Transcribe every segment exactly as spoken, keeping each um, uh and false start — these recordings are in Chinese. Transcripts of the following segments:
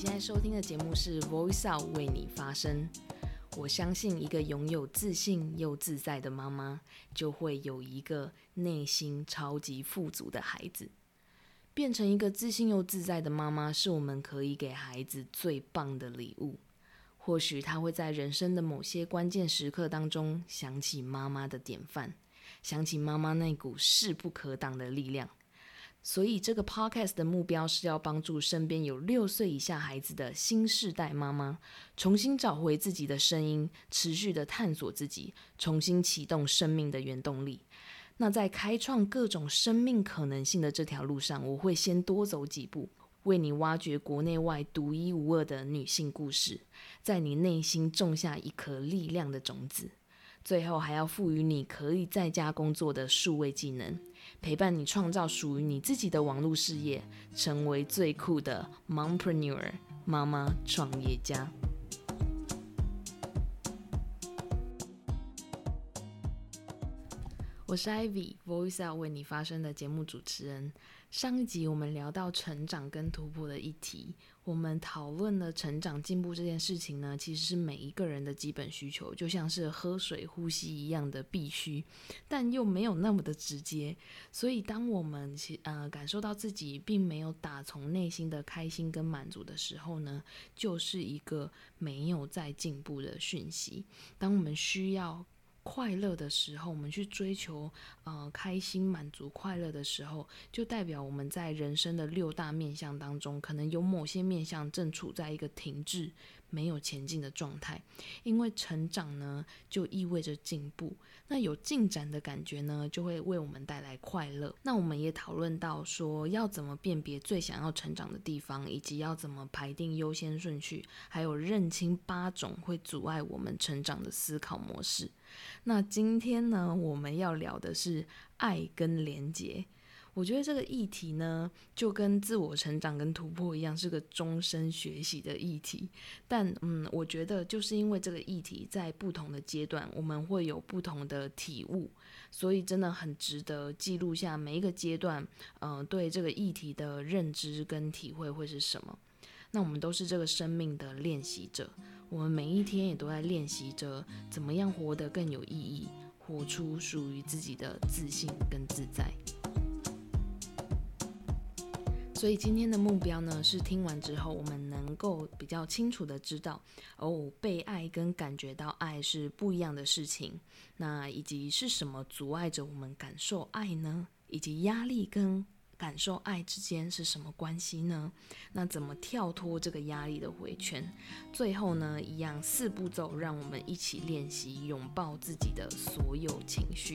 现在收听的节目是 Voice Out 为你发声。我相信一个拥有自信又自在的妈妈，就会有一个内心超级富足的孩子。变成一个自信又自在的妈妈，是我们可以给孩子最棒的礼物。或许他会在人生的某些关键时刻当中，想起妈妈的典范，想起妈妈那股势不可挡的力量。所以这个 podcast 的目标是要帮助身边有六岁以下孩子的新世代妈妈，重新找回自己的声音，持续的探索自己，重新启动生命的原动力。那在开创各种生命可能性的这条路上，我会先多走几步，为你挖掘国内外独一无二的女性故事，在你内心种下一颗力量的种子。最后还要赋予你可以在家工作的数位技能，陪伴你创造属于你自己的网络事业，成为最酷的 mompreneur 妈妈创业家。我是 Ivy Voice Out 为你发声的节目主持人。上一集我们聊到成长跟突破的议题，我们讨论了成长进步这件事情呢，其实是每一个人的基本需求，就像是喝水呼吸一样的必须，但又没有那么的直接。所以当我们呃感受到自己并没有打从内心的开心跟满足的时候呢，就是一个没有在进步的讯息。当我们需要快乐的时候，我们去追求呃开心满足快乐的时候，就代表我们在人生的六大面向当中，可能有某些面向正处在一个停滞没有前进的状态。因为成长呢就意味着进步，那有进展的感觉呢就会为我们带来快乐。那我们也讨论到说要怎么辨别最想要成长的地方，以及要怎么排定优先顺序，还有认清八种会阻碍我们成长的思考模式。那今天呢，我们要聊的是爱跟连结。我觉得这个议题呢，就跟自我成长跟突破一样，是个终身学习的议题。但嗯，我觉得就是因为这个议题在不同的阶段，我们会有不同的体悟，所以真的很值得记录下每一个阶段，呃，对这个议题的认知跟体会会是什么。那我们都是这个生命的练习者，我们每一天也都在练习着怎么样活得更有意义，活出属于自己的自信跟自在。所以今天的目标呢，是听完之后我们能够比较清楚的知道，哦，被爱跟感觉到爱是不一样的事情，那以及是什么阻碍着我们感受爱呢？以及压力跟感受爱之间是什么关系呢？那怎么跳脱这个压力的回圈？最后呢，一样四步骤，让我们一起练习拥抱自己的所有情绪。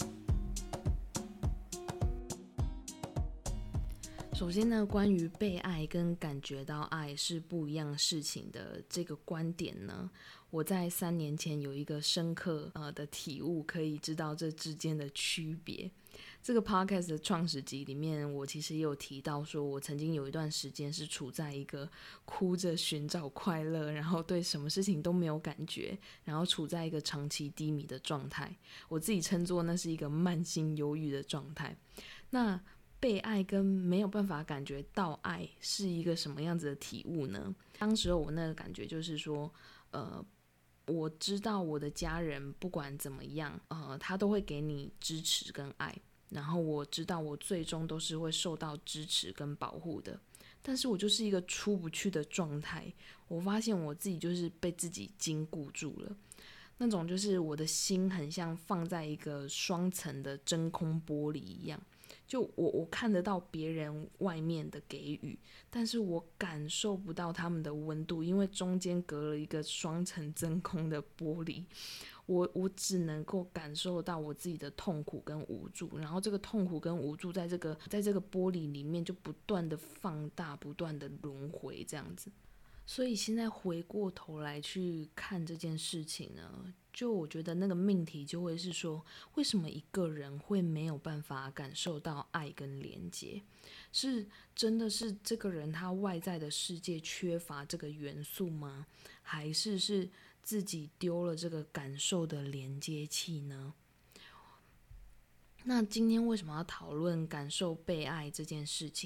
首先呢，关于被爱跟感觉到爱是不一样事情的这个观点呢，我在三年前有一个深刻呃的体悟，可以知道这之间的区别。这个 podcast 的创始集里面，我其实也有提到说，我曾经有一段时间是处在一个哭着寻找快乐，然后对什么事情都没有感觉，然后处在一个长期低迷的状态。我自己称作那是一个慢性忧郁的状态。那被爱跟没有办法感觉到爱是一个什么样子的体悟呢？当时候我那个感觉就是说，呃，我知道我的家人不管怎么样，呃，他都会给你支持跟爱，然后我知道我最终都是会受到支持跟保护的，但是我就是一个出不去的状态。我发现我自己就是被自己禁锢住了，那种就是我的心很像放在一个双层的真空玻璃一样。就我我看得到别人外面的给予，但是我感受不到他们的温度，因为中间隔了一个双层真空的玻璃。我我只能够感受到我自己的痛苦跟无助，然后这个痛苦跟无助在这个在这个玻璃里面就不断的放大，不断的轮回这样子。所以现在回过头来去看这件事情呢，就我觉得那个命题就会是说，为什么一个人会没有办法感受到爱跟连结？是真的是这个人他外在的世界缺乏这个元素吗？还是是自己丢了这个感受的连接器呢？那今天为什么要讨论感受被爱这件事情？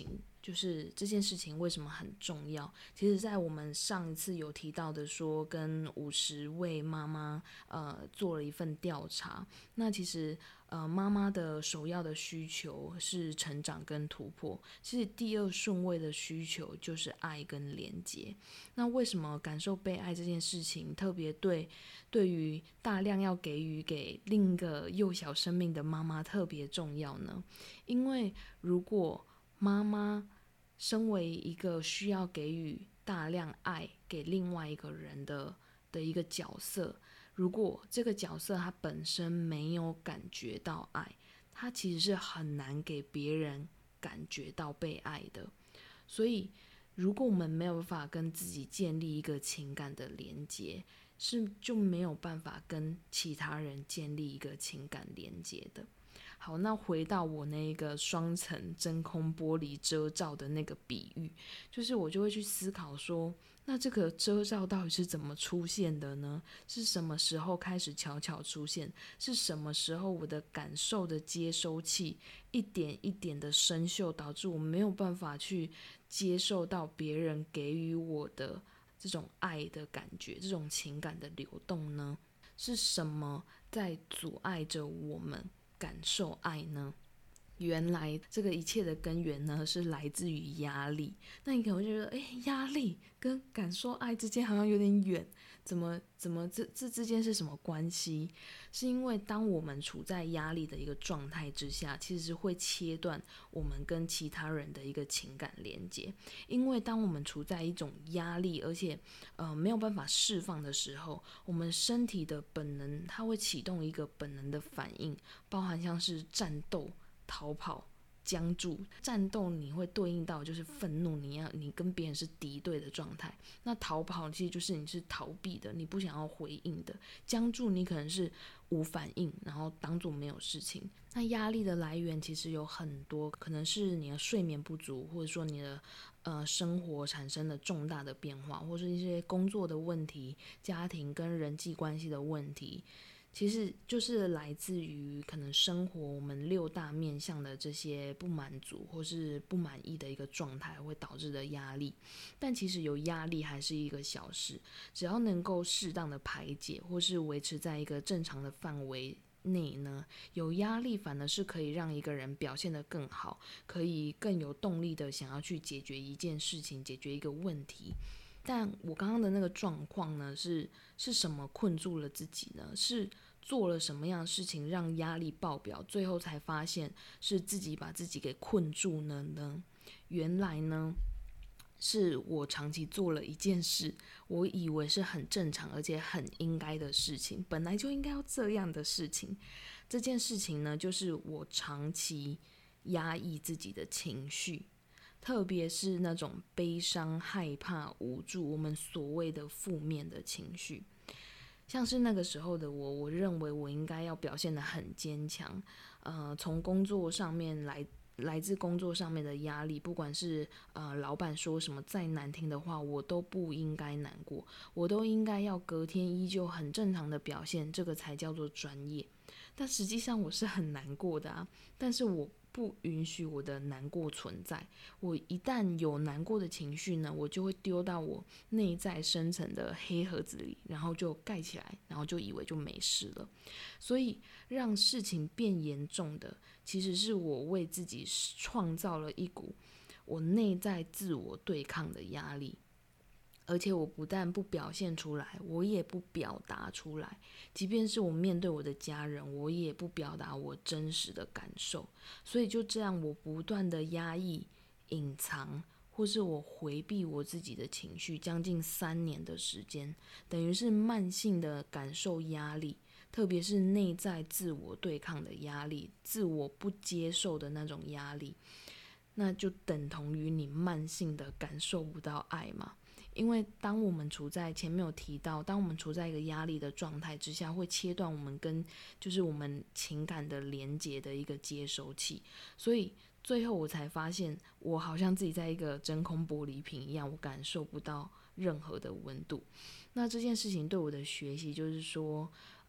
就是这件事情为什么很重要。其实在我们上一次有提到的说跟五十位妈妈呃做了一份调查，那其实呃妈妈的首要的需求是成长跟突破，其实第二顺位的需求就是爱跟连结。那为什么感受被爱这件事情特别对对于大量要给予给另一个幼小生命的妈妈特别重要呢？因为如果妈妈身为一个需要给予大量爱给另外一个人的的一个角色，如果这个角色他本身没有感觉到爱，他其实是很难给别人感觉到被爱的。所以如果我们没有办法跟自己建立一个情感的连接，是就没有办法跟其他人建立一个情感连接的。好，那回到我那个双层真空玻璃遮罩的那个比喻，就是我就会去思考说，那这个遮罩到底是怎么出现的呢？是什么时候开始悄悄出现？是什么时候我的感受的接收器一点一点的生锈，导致我没有办法去接受到别人给予我的这种爱的感觉，这种情感的流动呢？是什么在阻碍着我们感受爱呢？原来这个一切的根源呢，是来自于压力。那你可能会觉得，哎，压力跟感受爱之间好像有点远，怎么怎么这这之间是什么关系？是因为当我们处在压力的一个状态之下，其实会切断我们跟其他人的一个情感连接。因为当我们处在一种压力，而且呃没有办法释放的时候，我们身体的本能它会启动一个本能的反应，包含像是战斗、逃跑、僵住。战斗你会对应到就是愤怒，你要你跟别人是敌对的状态。那逃跑其实就是你是逃避的，你不想要回应的。僵住你可能是无反应，然后当作没有事情。那压力的来源其实有很多，可能是你的睡眠不足，或者说你的呃生活产生了重大的变化，或是一些工作的问题、家庭跟人际关系的问题。其实就是来自于可能生活我们六大面向的这些不满足或是不满意的一个状态会导致的压力。但其实有压力还是一个小事，只要能够适当的排解或是维持在一个正常的范围内呢，有压力反而是可以让一个人表现得更好，可以更有动力的想要去解决一件事情，解决一个问题。但我刚刚的那个状况呢，是是什么困住了自己呢？是做了什么样的事情让压力爆表，最后才发现是自己把自己给困住了呢？原来呢，是我长期做了一件事，我以为是很正常而且很应该的事情，本来就应该要这样的事情。这件事情呢，就是我长期压抑自己的情绪。特别是那种悲伤、害怕、无助，我们所谓的负面的情绪。像是那个时候的我，我认为我应该要表现得很坚强，呃，从工作上面来来自工作上面的压力，不管是呃老板说什么再难听的话，我都不应该难过，我都应该要隔天依旧很正常的表现，这个才叫做专业。但实际上我是很难过的啊，但是我不允许我的难过存在。我一旦有难过的情绪呢，我就会丢到我内在深层的黑盒子里，然后就盖起来，然后就以为就没事了。所以让事情变严重的，其实是我为自己创造了一股我内在自我对抗的压力。而且我不但不表现出来，我也不表达出来，即便是我面对我的家人，我也不表达我真实的感受。所以就这样，我不断的压抑、隐藏，或是我回避我自己的情绪，将近三年的时间，等于是慢性的感受压力，特别是内在自我对抗的压力，自我不接受的那种压力，那就等同于你慢性的感受不到爱嘛。因为当我们处在前面有提到，当我们处在一个压力的状态之下，会切断我们跟就是我们情感的连接的一个接收器，所以最后我才发现，我好像自己在一个真空玻璃瓶一样，我感受不到任何的温度。那这件事情对我的学习就是说，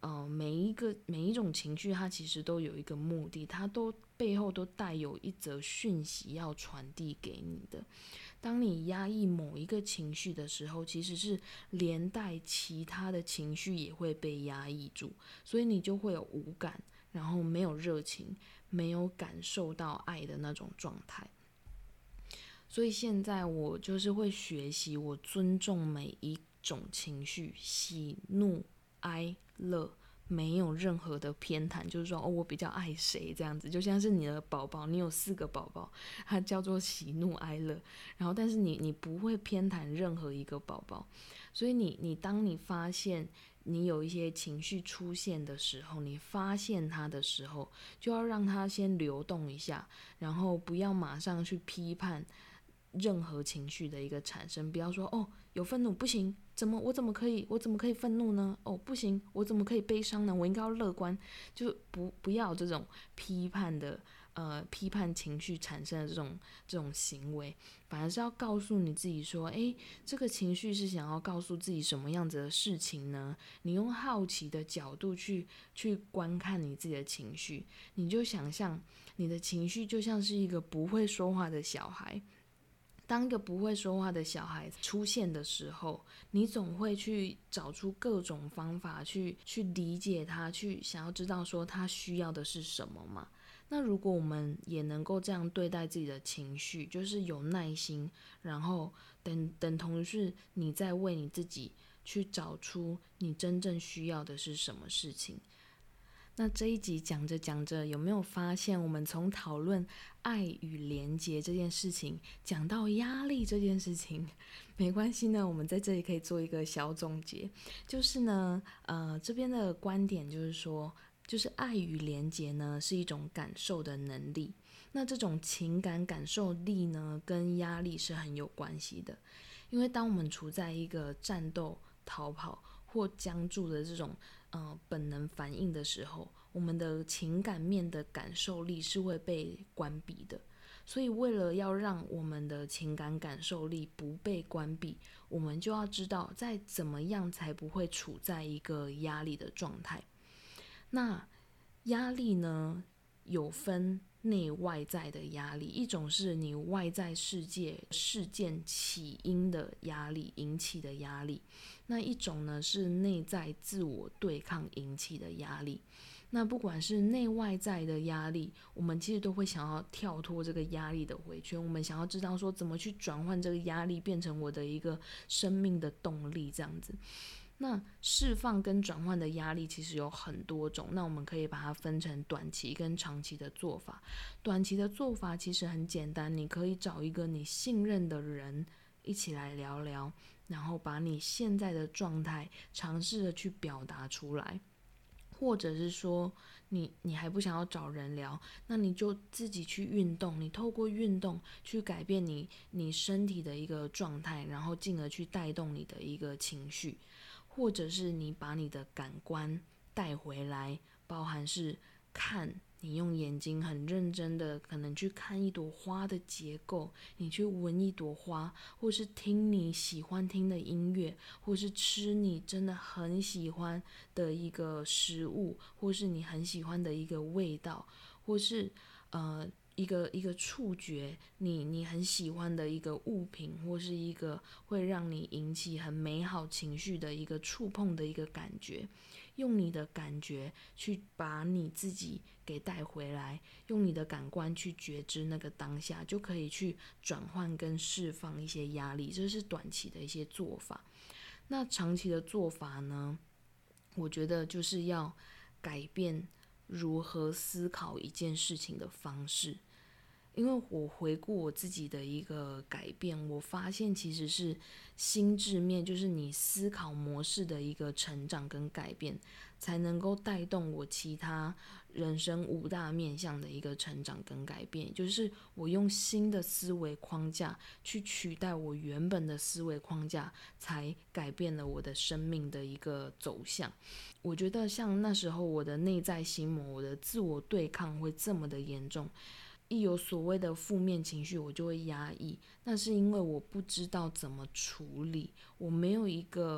呃，每一个每一种情绪，它其实都有一个目的，它都背后都带有一则讯息要传递给你的。当你压抑某一个情绪的时候，其实是连带其他的情绪也会被压抑住，所以你就会有无感，然后没有热情，没有感受到爱的那种状态。所以现在我就是会学习，我尊重每一种情绪，喜怒哀乐，没有任何的偏袒，就是说哦，我比较爱谁这样子，就像是你的宝宝，你有四个宝宝，它叫做喜怒哀乐，然后但是你你不会偏袒任何一个宝宝，所以你你当你发现你有一些情绪出现的时候，你发现它的时候，就要让它先流动一下，然后不要马上去批判任何情绪的一个产生，不要说哦有愤怒不行，怎么我怎么可以我怎么可以愤怒呢？哦不行，我怎么可以悲伤呢？我应该要乐观，就不不要这种批判的呃批判情绪产生的这种这种行为，反而是要告诉你自己说，诶，这个情绪是想要告诉自己什么样子的事情呢？你用好奇的角度去去观看你自己的情绪，你就想象你的情绪就像是一个不会说话的小孩。当一个不会说话的小孩出现的时候，你总会去找出各种方法去去理解他，去想要知道说他需要的是什么嘛。那如果我们也能够这样对待自己的情绪，就是有耐心，然后等等同于是你在为你自己去找出你真正需要的是什么事情。那这一集讲着讲着，有没有发现我们从讨论爱与连结这件事情，讲到压力这件事情？没关系呢，我们在这里可以做一个小总结，就是呢，呃，这边的观点就是说，就是爱与连结呢是一种感受的能力。那这种情感感受力呢，跟压力是很有关系的，因为当我们处在一个战斗、逃跑或僵住的这种呃本能反应的时候，我们的情感面的感受力是会被关闭的。所以为了要让我们的情感感受力不被关闭，我们就要知道在怎么样才不会处在一个压力的状态。那压力呢，有分内外在的压力，一种是你外在世界事件起因的压力引起的压力，那一种呢是内在自我对抗引起的压力。那不管是内外在的压力，我们其实都会想要跳脱这个压力的回圈，我们想要知道说怎么去转换这个压力变成我的一个生命的动力这样子。那释放跟转换的压力其实有很多种，那我们可以把它分成短期跟长期的做法。短期的做法其实很简单，你可以找一个你信任的人一起来聊聊，然后把你现在的状态尝试着去表达出来。或者是说你你还不想要找人聊，那你就自己去运动，你透过运动去改变你你身体的一个状态，然后进而去带动你的一个情绪。或者是你把你的感官带回来，包含是看，你用眼睛很认真的可能去看一朵花的结构，你去闻一朵花，或是听你喜欢听的音乐，或是吃你真的很喜欢的一个食物，或是你很喜欢的一个味道，或是呃一个一个触觉，你你很喜欢的一个物品，或是一个会让你引起很美好情绪的一个触碰的一个感觉，用你的感觉去把你自己给带回来，用你的感官去觉知那个当下，就可以去转换跟释放一些压力，这是短期的一些做法。那长期的做法呢，我觉得就是要改变如何思考一件事情的方式。因为我回顾我自己的一个改变，我发现其实是心智面，就是你思考模式的一个成长跟改变，才能够带动我其他人生五大面向的一个成长跟改变。就是我用新的思维框架去取代我原本的思维框架，才改变了我的生命的一个走向。我觉得像那时候我的内在心魔，我的自我对抗会这么的严重，一有所谓的负面情绪我就会压抑，那是因为我不知道怎么处理，我没有一个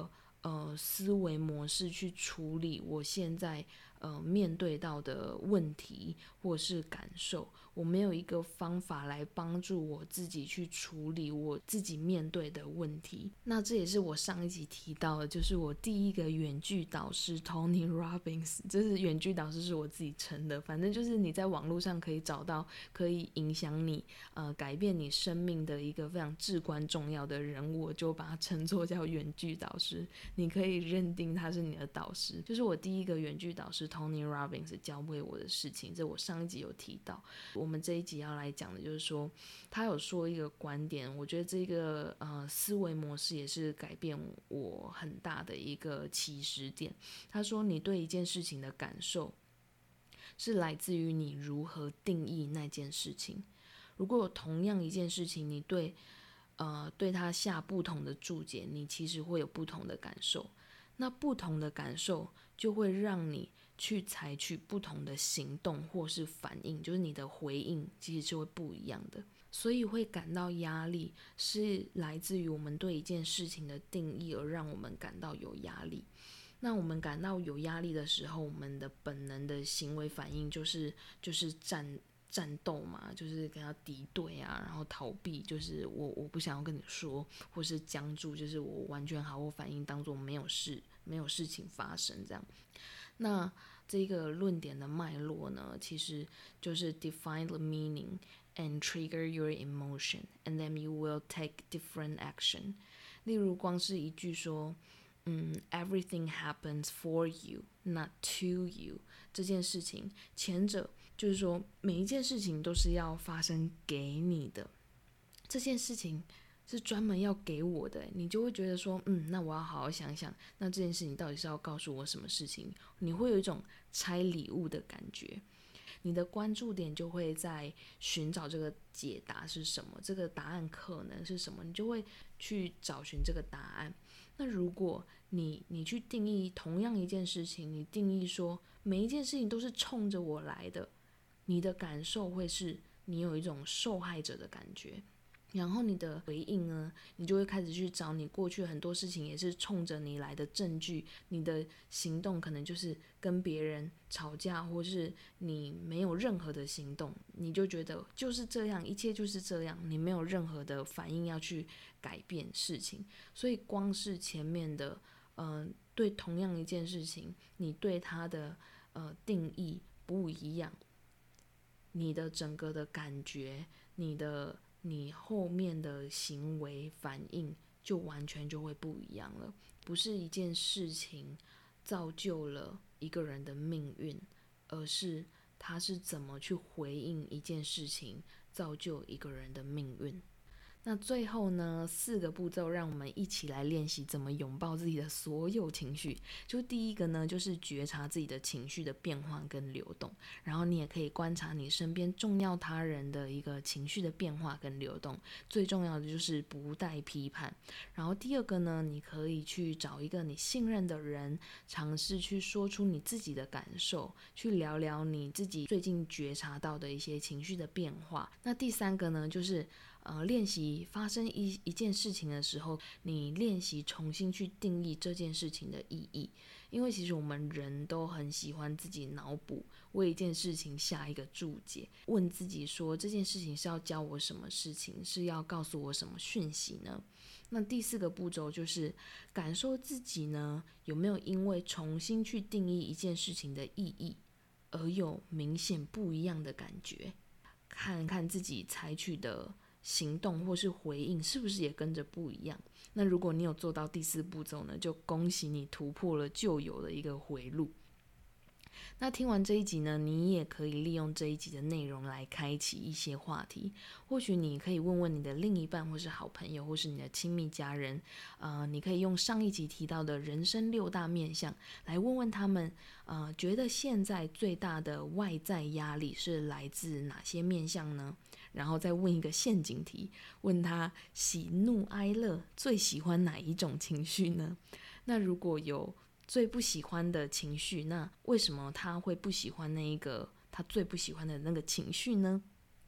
呃思维模式去处理我现在呃面对到的问题或是感受，我没有一个方法来帮助我自己去处理我自己面对的问题。那这也是我上一集提到的，就是我第一个远距导师 Tony Robbins， 这是远距导师是我自己称的，反正就是你在网络上可以找到可以影响你呃改变你生命的一个非常至关重要的人物，我就把它称作叫远距导师，你可以认定他是你的导师。就是我第一个远距导师 Tony Robbins 教会我的事情，这我上一集有提到。我们这一集要来讲的就是说，他有说一个观点，我觉得这个呃思维模式也是改变我很大的一个起始点。他说，你对一件事情的感受是来自于你如何定义那件事情。如果有同样一件事情，你对呃对它下不同的注解，你其实会有不同的感受。那不同的感受就会让你去采取不同的行动或是反应，就是你的回应其实是会不一样的。所以会感到压力是来自于我们对一件事情的定义而让我们感到有压力。那我们感到有压力的时候，我们的本能的行为反应就是就是战战斗嘛，就是跟他敌对啊，然后逃避，就是我我不想要跟你说，或是僵住，就是我完全毫无反应，当作没有事没有事情发生这样。那这个论点的脉络呢，其实就是 define the meaning and trigger your emotion and then you will take different action。 例如光是一句说嗯 everything happens for you not to you， 这件事情，前者就是说每一件事情都是要发生给你的，这件事情是专门要给我的，你就会觉得说嗯，那我要好好想想，那这件事情到底是要告诉我什么事情，你会有一种拆礼物的感觉，你的关注点就会在寻找这个解答是什么，这个答案可能是什么，你就会去找寻这个答案。那如果你你去定义同样一件事情，你定义说每一件事情都是冲着我来的，你的感受会是你有一种受害者的感觉。然后你的回应呢，你就会开始去找你过去很多事情也是冲着你来的证据，你的行动可能就是跟别人吵架，或是你没有任何的行动，你就觉得就是这样，一切就是这样，你没有任何的反应要去改变事情。所以光是前面的呃，对同样一件事情，你对它的呃定义不一样，你的整个的感觉，你的你后面的行为反应就完全就会不一样了。不是一件事情造就了一个人的命运，而是他是怎么去回应一件事情造就一个人的命运。那最后呢，四个步骤让我们一起来练习怎么拥抱自己的所有情绪。就第一个呢，就是觉察自己的情绪的变化跟流动，然后你也可以观察你身边重要他人的一个情绪的变化跟流动，最重要的就是不带批判。然后第二个呢，你可以去找一个你信任的人，尝试去说出你自己的感受，去聊聊你自己最近觉察到的一些情绪的变化。那第三个呢，就是呃，练习发生一一件事情的时候，你练习重新去定义这件事情的意义。因为其实我们人都很喜欢自己脑补，为一件事情下一个注解，问自己说这件事情是要教我什么事情，是要告诉我什么讯息呢？那第四个步骤就是感受自己呢，有没有因为重新去定义一件事情的意义，而有明显不一样的感觉，看看自己采取的行动或是回应是不是也跟着不一样。那如果你有做到第四步骤呢，就恭喜你突破了旧有的一个回路。那听完这一集呢，你也可以利用这一集的内容来开启一些话题。或许你可以问问你的另一半，或是好朋友，或是你的亲密家人，呃，你可以用上一集提到的人生六大面向来问问他们，呃，觉得现在最大的外在压力是来自哪些面向呢？然后再问一个陷阱题，问他喜怒哀乐最喜欢哪一种情绪呢？那如果有最不喜欢的情绪，那为什么他会不喜欢那一个他最不喜欢的那个情绪呢？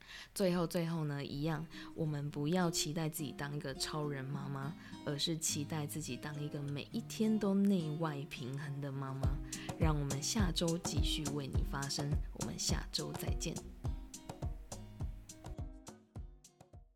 最后最后呢，一样，我们不要期待自己当一个超人妈妈，而是期待自己当一个每一天都内外平衡的妈妈。让我们下周继续为你发声，我们下周再见。